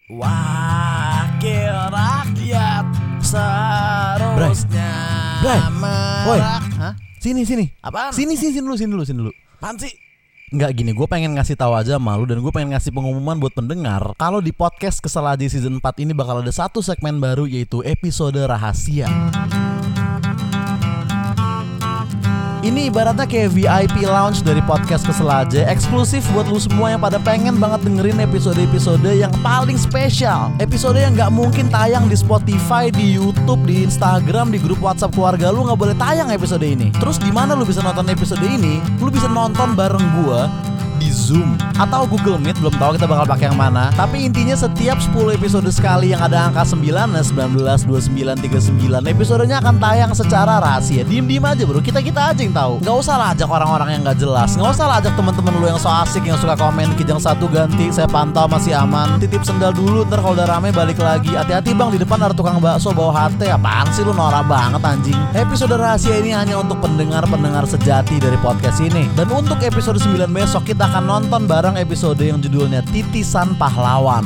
Wakil rakyat seharusnya Woi, Hah? sini. Apaan? Sini dulu. Apaan sih? Nggak gini, gue pengen ngasih tahu aja malu dan gue pengen ngasih pengumuman buat pendengar kalau di podcast Kesel Aja season 4 ini bakal ada satu segmen baru, yaitu episode rahasia. Ini ibaratnya kayak VIP lounge dari podcast Kesel Aja, eksklusif buat lu semua yang pada pengen banget dengerin episode-episode yang paling spesial. Episode yang gak mungkin tayang di Spotify, di YouTube, di Instagram, di grup WhatsApp keluarga lu gak boleh tayang episode ini. Terus di mana lu bisa nonton episode ini? Lu bisa nonton bareng gua di Zoom atau Google Meet, belum tahu kita bakal pakai yang mana. Tapi intinya setiap 10 episode sekali yang ada angka 9, 19, 29, 39, episodenya akan tayang secara rahasia. Diem aja bro, kita aja yang tahu. Nggak usah lah ajak orang-orang yang nggak jelas. Nggak usah lah ajak teman-teman lu yang so asik, yang suka komen Kijang satu ganti, saya pantau masih aman, titip sendal dulu, ntar kalau udah rame balik lagi. Hati-hati bang, di depan ada tukang bakso bawa HT. Apaan sih lu, norak banget anjing. Episode rahasia ini hanya untuk pendengar-pendengar sejati dari podcast ini. Dan untuk episode 9 besok kita akan nonton bareng episode yang judulnya Titisan Pahlawan.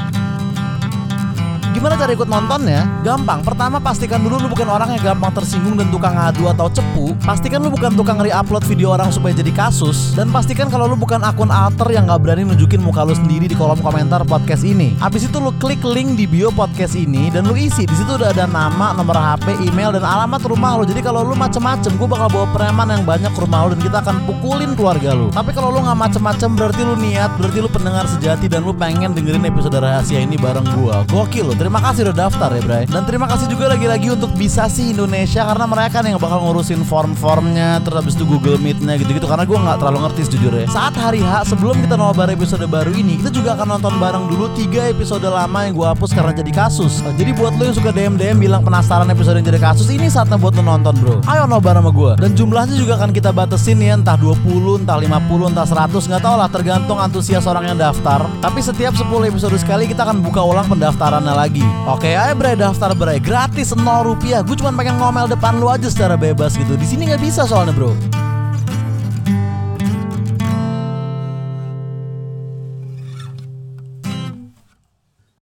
Gimana cara ikut nontonnya? Gampang. Pertama, pastikan dulu lu bukan orang yang gampang tersinggung dan tukang ngadu atau cepu. Pastikan lu bukan tukang re-upload video orang supaya jadi kasus. Dan pastikan kalau lu bukan akun alter yang gak berani nunjukin muka lu sendiri di kolom komentar podcast ini. Habis itu lu klik link di bio podcast ini dan lu isi. Di situ udah ada nama, nomor HP, email, dan alamat rumah lu. Jadi kalau lu macem-macem, gue bakal bawa preman yang banyak ke rumah lu dan kita akan pukulin keluarga lu. Tapi kalau lu gak macem-macem, berarti lu niat, berarti lu pendengar sejati dan lu pengen dengerin episode rahasia ini bareng gua. Gokil lu. Terima kasih udah daftar ya Bray. Dan terima kasih juga lagi-lagi untuk Bisasi Indonesia, karena mereka kan yang bakal ngurusin form-formnya, terus habis itu Google Meet-nya gitu-gitu. Karena gue gak terlalu ngerti sejujurnya. Saat hari H sebelum kita nobar episode baru ini, kita juga akan nonton bareng dulu 3 episode lama yang gue hapus karena jadi kasus. Jadi buat lo yang suka DM bilang penasaran episode yang jadi kasus, ini saatnya buat lo nonton bro. Ayo nobar sama gue. Dan jumlahnya juga akan kita batasin ya, entah 20, entah 50, entah 100, gak tau lah, tergantung antusias orang yang daftar. Tapi setiap 10 episode sekali kita akan buka ulang pendaftarannya lagi. Oke, ayo Bray, daftar Bray, gratis 0 rupiah. Gue cuma pengen ngomel depan lu aja secara bebas gitu. Di sini nggak bisa soalnya bro.